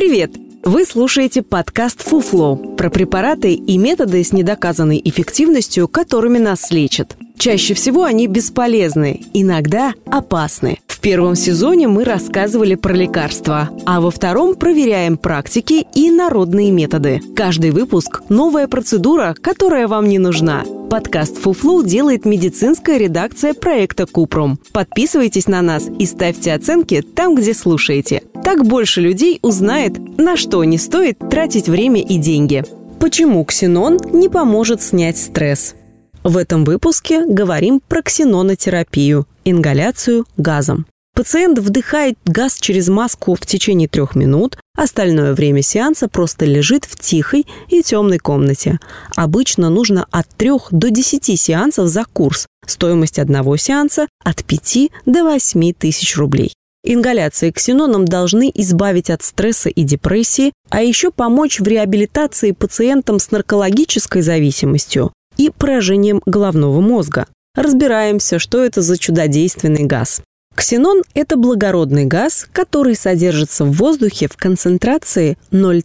Привет! Вы слушаете подкаст «Фуфло» про препараты и методы с недоказанной эффективностью, которыми нас лечат. Чаще всего они бесполезны, иногда опасны. В первом сезоне мы рассказывали про лекарства, а во втором проверяем практики и народные методы. Каждый выпуск – новая процедура, которая вам не нужна. Подкаст «Фуфло» делает медицинская редакция проекта «Купрум». Подписывайтесь на нас и ставьте оценки там, где слушаете. Так больше людей узнает, на что не стоит тратить время и деньги. Почему ксенон не поможет снять стресс? В этом выпуске говорим про ксенонотерапию – ингаляцию газом. Пациент вдыхает газ через маску в течение 3 минут, остальное время сеанса просто лежит в тихой и темной комнате. Обычно нужно от 3 до 10 сеансов за курс. Стоимость одного сеанса – от 5 до 8 тысяч рублей. Ингаляции ксеноном должны избавить от стресса и депрессии, а еще помочь в реабилитации пациентам с наркологической зависимостью и поражением головного мозга. Разбираемся, что это за чудодейственный газ. Ксенон – это благородный газ, который содержится в воздухе в концентрации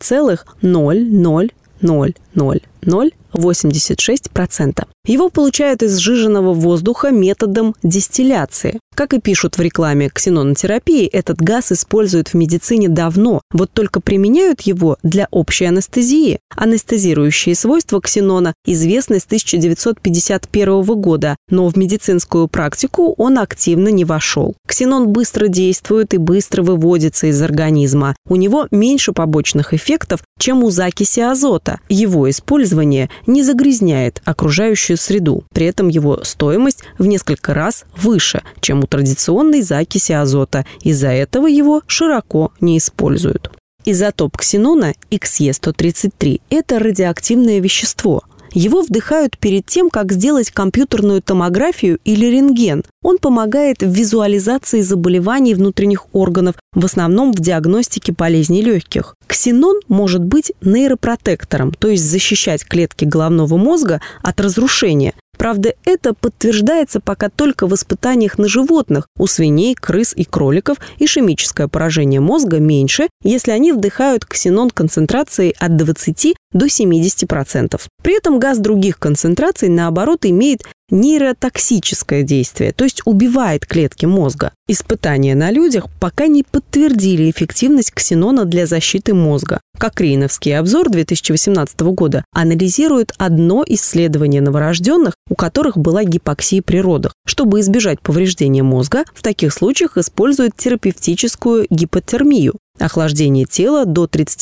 0,0000086%. Его получают из сжиженного воздуха методом дистилляции. Как и пишут в рекламе ксенонотерапии, этот газ используют в медицине давно, вот только применяют его для общей анестезии. Анестезирующие свойства ксенона известны с 1951 года, но в медицинскую практику он активно не вошел. Ксенон быстро действует и быстро выводится из организма. У него меньше побочных эффектов, чем у закиси азота. Его использование не загрязняет окружающую среду. При этом его стоимость в несколько раз выше, чем у традиционной закиси азота. Из-за этого его широко не используют. Изотоп ксенона XE133 – это радиоактивное вещество. Его вдыхают перед тем, как сделать компьютерную томографию или рентген. Он помогает в визуализации заболеваний внутренних органов, в основном в диагностике болезней легких. Ксенон может быть нейропротектором, то есть защищать клетки головного мозга от разрушения. Правда, это подтверждается пока только в испытаниях на животных. У свиней, крыс и кроликов ишемическое поражение мозга меньше, если они вдыхают ксенон концентрацией от 20 до 70%. При этом газ других концентраций, наоборот, имеет нейротоксическое действие, то есть убивает клетки мозга. Испытания на людях пока не подтвердили эффективность ксенона для защиты мозга. Кокрейновский обзор 2018 года анализирует одно исследование новорожденных, у которых была гипоксия при родах. Чтобы избежать повреждения мозга, в таких случаях используют терапевтическую гипотермию – охлаждение тела до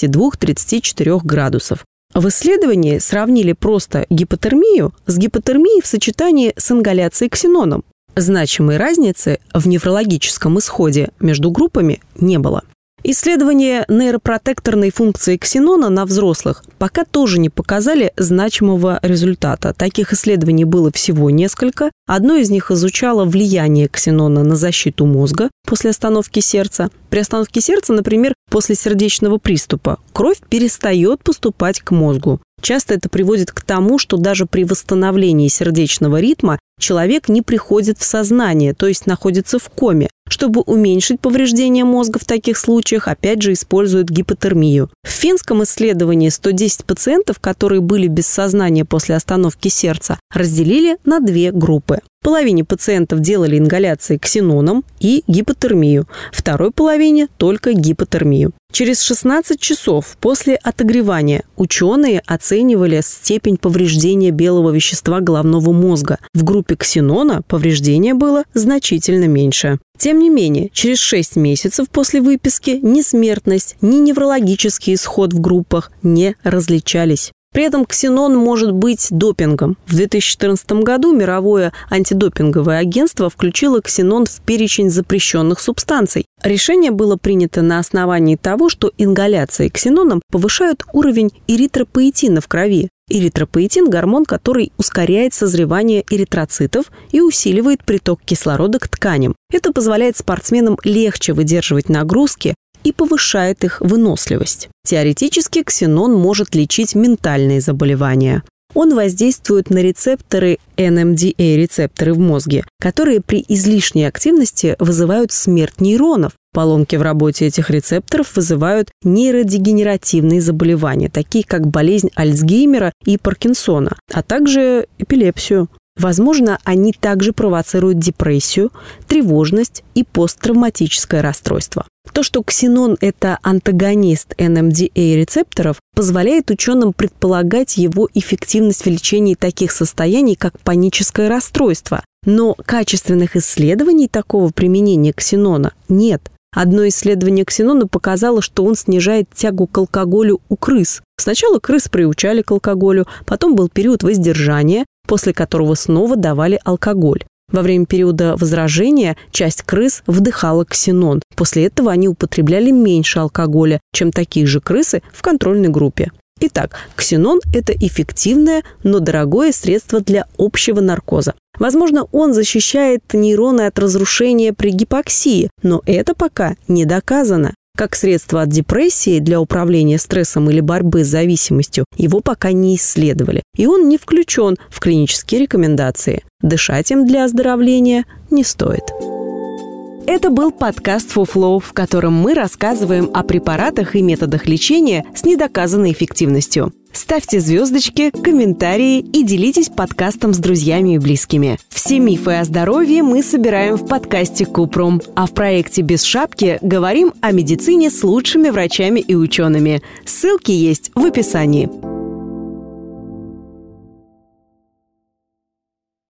32-34 градусов. В исследовании сравнили просто гипотермию с гипотермией в сочетании с ингаляцией ксеноном. Значимой разницы в неврологическом исходе между группами не было. Исследования нейропротекторной функции ксенона на взрослых пока тоже не показали значимого результата. Таких исследований было всего несколько. Одно из них изучало влияние ксенона на защиту мозга после остановки сердца. При остановке сердца, например, после сердечного приступа, кровь перестает поступать к мозгу. Часто это приводит к тому, что даже при восстановлении сердечного ритма человек не приходит в сознание, то есть находится в коме. Чтобы уменьшить повреждение мозга в таких случаях, опять же используют гипотермию. В финском исследовании 110 пациентов, которые были без сознания после остановки сердца, разделили на 2 группы. Половине пациентов делали ингаляции ксеноном и гипотермию, второй половине только гипотермию. Через 16 часов после отогревания ученые оценивали степень повреждения белого вещества головного мозга. В группе ксенона повреждение было значительно меньше. Тем не менее, через 6 месяцев после выписки ни смертность, ни неврологический исход в группах не различались. При этом ксенон может быть допингом. В 2014 году Мировое антидопинговое агентство включило ксенон в перечень запрещенных субстанций. Решение было принято на основании того, что ингаляции ксеноном повышают уровень эритропоэтина в крови. Эритропоэтин – гормон, который ускоряет созревание эритроцитов и усиливает приток кислорода к тканям. Это позволяет спортсменам легче выдерживать нагрузки и повышает их выносливость. Теоретически ксенон может лечить ментальные заболевания. Он воздействует на рецепторы NMDA-рецепторы в мозге, которые при излишней активности вызывают смерть нейронов. Поломки в работе этих рецепторов вызывают нейродегенеративные заболевания, такие как болезнь Альцгеймера и Паркинсона, а также эпилепсию. Возможно, они также провоцируют депрессию, тревожность и посттравматическое расстройство. То, что ксенон – это антагонист NMDA-рецепторов, позволяет ученым предполагать его эффективность в лечении таких состояний, как паническое расстройство. Но качественных исследований такого применения ксенона нет. Одно исследование ксенона показало, что он снижает тягу к алкоголю у крыс. Сначала крыс приучали к алкоголю, потом был период воздержания, после которого снова давали алкоголь. Во время периода возражения часть крыс вдыхала ксенон. После этого они употребляли меньше алкоголя, чем такие же крысы в контрольной группе. Итак, ксенон – это эффективное, но дорогое средство для общего наркоза. Возможно, он защищает нейроны от разрушения при гипоксии, но это пока не доказано. Как средство от депрессии для управления стрессом или борьбы с зависимостью его пока не исследовали, и он не включен в клинические рекомендации. Дышать им для оздоровления не стоит. Это был подкаст «Фуфло», в котором мы рассказываем о препаратах и методах лечения с недоказанной эффективностью. Ставьте звездочки, комментарии и делитесь подкастом с друзьями и близкими. Все мифы о здоровье мы собираем в подкасте Купрум, а в проекте «Без шапки» говорим о медицине с лучшими врачами и учеными. Ссылки есть в описании.